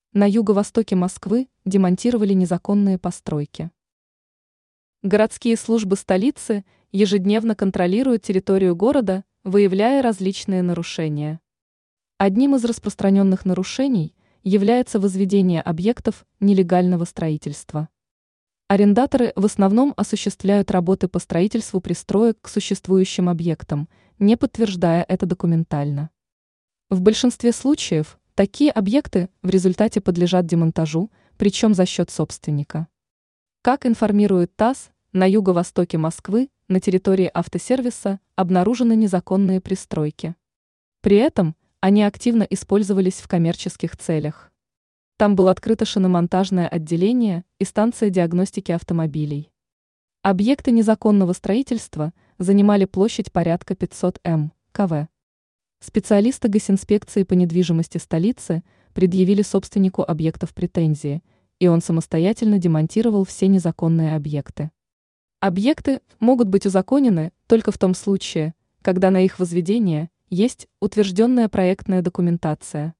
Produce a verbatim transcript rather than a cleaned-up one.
На юго-востоке Москвы демонтировали незаконные постройки. Городские службы столицы ежедневно контролируют территорию города, выявляя различные нарушения. Одним из распространенных нарушений является возведение объектов нелегального строительства. Арендаторы в основном осуществляют работы по строительству пристроек к существующим объектам, не подтверждая это документально. В большинстве случаев такие объекты в результате подлежат демонтажу, причем за счет собственника. Как информирует ТАСС, на юго-востоке Москвы на территории автосервиса обнаружены незаконные пристройки. При этом они активно использовались в коммерческих целях. Там было открыто шиномонтажное отделение и станция диагностики автомобилей. Объекты незаконного строительства занимали площадь порядка пятьсот метров квадратных. Специалисты госинспекции по недвижимости столицы предъявили собственнику объектов претензии, и он самостоятельно демонтировал все незаконные объекты. Объекты могут быть узаконены только в том случае, когда на их возведение есть утвержденная проектная документация.